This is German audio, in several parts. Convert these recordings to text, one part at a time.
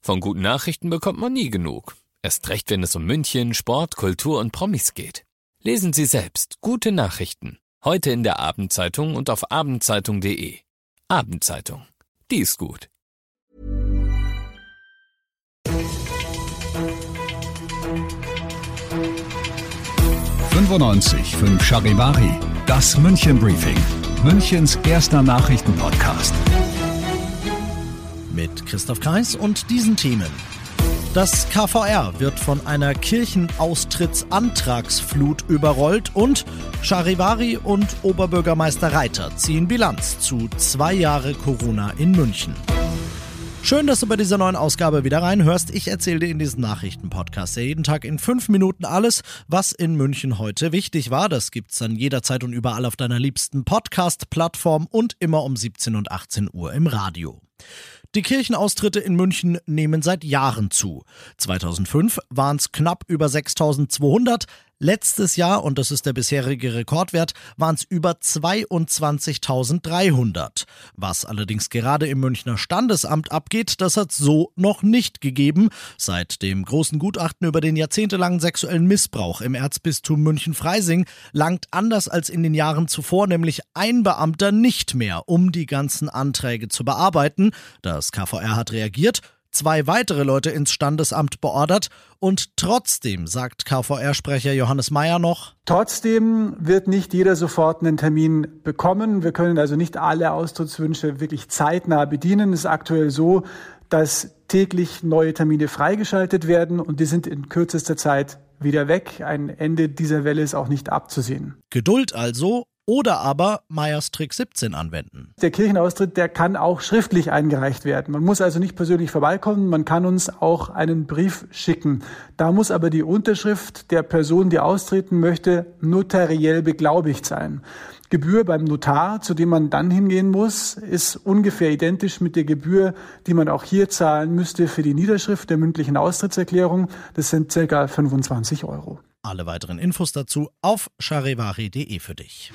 Von guten Nachrichten bekommt man nie genug. Erst recht, wenn es um München, Sport, Kultur und Promis geht. Lesen Sie selbst gute Nachrichten. Heute in der Abendzeitung und auf abendzeitung.de. Abendzeitung. Die ist gut. 95.5 Charivari, das München Briefing, Münchens erster Nachrichtenpodcast. Mit Christoph Kreis und diesen Themen. Das KVR wird von einer Kirchenaustrittsantragsflut überrollt und Charivari und Oberbürgermeister Reiter ziehen Bilanz zu 2 Jahre Corona in München. Schön, dass du bei dieser neuen Ausgabe wieder reinhörst. Ich erzähle dir in diesem Nachrichtenpodcast ja jeden Tag in 5 Minuten alles, was in München heute wichtig war. Das gibt's dann jederzeit und überall auf deiner liebsten Podcast-Plattform und immer um 17 und 18 Uhr im Radio. Die Kirchenaustritte in München nehmen seit Jahren zu. 2005 waren es knapp über 6.200. Letztes Jahr, und das ist der bisherige Rekordwert, waren es über 22.300. Was allerdings gerade im Münchner Standesamt abgeht, das hat es so noch nicht gegeben. Seit dem großen Gutachten über den jahrzehntelangen sexuellen Missbrauch im Erzbistum München-Freising langt anders als in den Jahren zuvor nämlich ein Beamter nicht mehr, um die ganzen Anträge zu bearbeiten. Das KVR hat reagiert, 2 weitere Leute ins Standesamt beordert und trotzdem, sagt KVR-Sprecher Johannes Meyer noch: Trotzdem wird nicht jeder sofort einen Termin bekommen. Wir können also nicht alle Austrittswünsche wirklich zeitnah bedienen. Es ist aktuell so, dass täglich neue Termine freigeschaltet werden und die sind in kürzester Zeit wieder weg. Ein Ende dieser Welle ist auch nicht abzusehen. Geduld also. Oder aber Meyers Trick 17 anwenden. Der Kirchenaustritt, der kann auch schriftlich eingereicht werden. Man muss also nicht persönlich vorbeikommen, man kann uns auch einen Brief schicken. Da muss aber die Unterschrift der Person, die austreten möchte, notariell beglaubigt sein. Gebühr beim Notar, zu dem man dann hingehen muss, ist ungefähr identisch mit der Gebühr, die man auch hier zahlen müsste für die Niederschrift der mündlichen Austrittserklärung. Das sind ca. 25 €. Alle weiteren Infos dazu auf charivari.de für dich.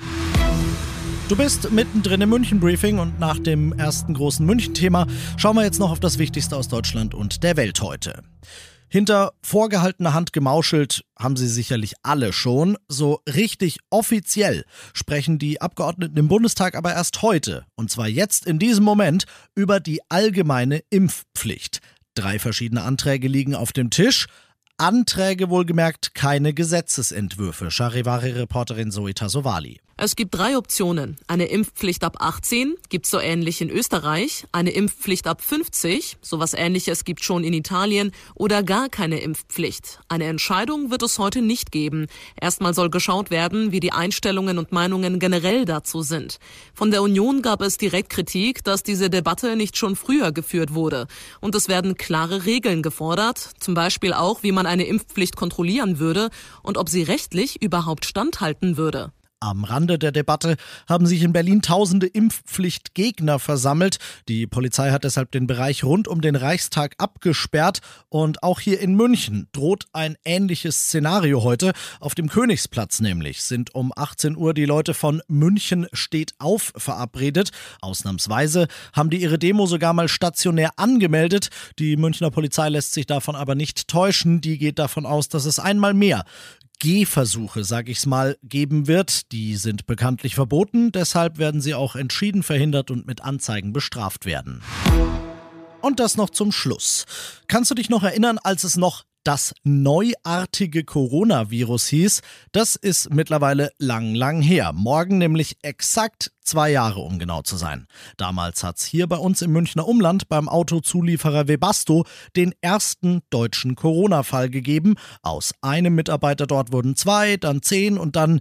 Du bist mittendrin im München-Briefing und nach dem ersten großen München-Thema schauen wir jetzt noch auf das Wichtigste aus Deutschland und der Welt heute. Hinter vorgehaltener Hand gemauschelt haben sie sicherlich alle schon. So richtig offiziell sprechen die Abgeordneten im Bundestag aber erst heute, und zwar jetzt in diesem Moment, über die allgemeine Impfpflicht. 3 verschiedene Anträge liegen auf dem Tisch. Anträge wohlgemerkt, keine Gesetzesentwürfe. Charivari-Reporterin Zoe Tassovali. Es gibt 3 Optionen. Eine Impfpflicht ab 18, gibt's so ähnlich in Österreich. Eine Impfpflicht ab 50, sowas Ähnliches gibt's schon in Italien. Oder gar keine Impfpflicht. Eine Entscheidung wird es heute nicht geben. Erstmal soll geschaut werden, wie die Einstellungen und Meinungen generell dazu sind. Von der Union gab es direkt Kritik, dass diese Debatte nicht schon früher geführt wurde. Und es werden klare Regeln gefordert. Zum Beispiel auch, wie man eine Impfpflicht kontrollieren würde und ob sie rechtlich überhaupt standhalten würde. Am Rande der Debatte haben sich in Berlin tausende Impfpflichtgegner versammelt. Die Polizei hat deshalb den Bereich rund um den Reichstag abgesperrt. Und auch hier in München droht ein ähnliches Szenario heute. Auf dem Königsplatz nämlich sind um 18 Uhr die Leute von München steht auf verabredet. Ausnahmsweise haben die ihre Demo sogar mal stationär angemeldet. Die Münchner Polizei lässt sich davon aber nicht täuschen. Die geht davon aus, dass es einmal mehr Gehversuche, sag ich's mal, geben wird. Die sind bekanntlich verboten, deshalb werden sie auch entschieden verhindert und mit Anzeigen bestraft werden. Und das noch zum Schluss. Kannst du dich noch erinnern, als es noch das neuartige Coronavirus hieß? Das ist mittlerweile lang her. Morgen nämlich exakt 2 Jahre, um genau zu sein. Damals hat's hier bei uns im Münchner Umland beim Autozulieferer Webasto den ersten deutschen Corona-Fall gegeben. Aus einem Mitarbeiter dort wurden 2, dann 10 und dann,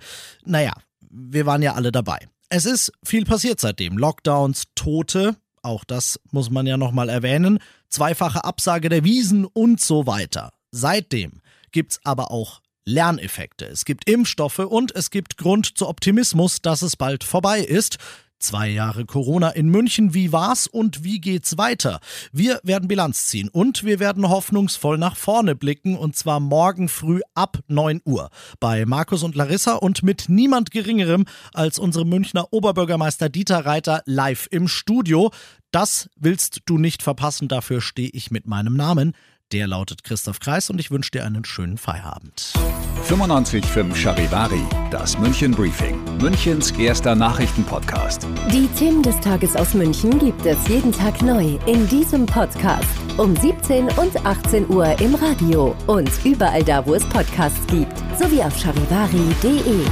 wir waren ja alle dabei. Es ist viel passiert seitdem. Lockdowns, Tote, auch das muss man ja nochmal erwähnen, 2-fache Absage der Wiesn und so weiter. Seitdem gibt's aber auch Lerneffekte. Es gibt Impfstoffe und es gibt Grund zu Optimismus, dass es bald vorbei ist. 2 Jahre Corona in München, wie war's und wie geht's weiter? Wir werden Bilanz ziehen und wir werden hoffnungsvoll nach vorne blicken und zwar morgen früh ab 9 Uhr bei Markus und Larissa und mit niemand Geringerem als unserem Münchner Oberbürgermeister Dieter Reiter live im Studio. Das willst du nicht verpassen, dafür stehe ich mit meinem Namen. Der lautet Christoph Kreis und ich wünsche dir einen schönen Feierabend. 95.5 Charivari, das München Briefing, Münchens erster Nachrichtenpodcast. Die Themen des Tages aus München gibt es jeden Tag neu in diesem Podcast. Um 17 und 18 Uhr im Radio und überall da, wo es Podcasts gibt. Sowie auf charivari.de.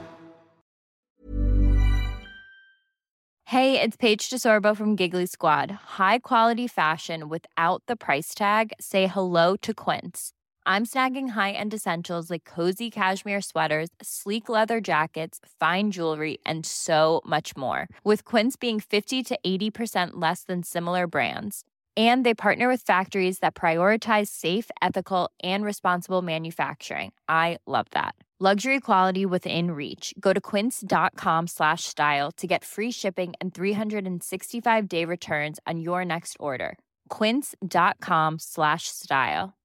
Hey, it's Paige DeSorbo from Giggly Squad. High quality fashion without the price tag. Say hello to Quince. I'm snagging high-end essentials like cozy cashmere sweaters, sleek leather jackets, fine jewelry, and so much more. With Quince being 50 to 80% less than similar brands. And they partner with factories that prioritize safe, ethical, and responsible manufacturing. I love that. Luxury quality within reach. Go to quince.com/style to get free shipping and 365-day returns on your next order. Quince.com/style.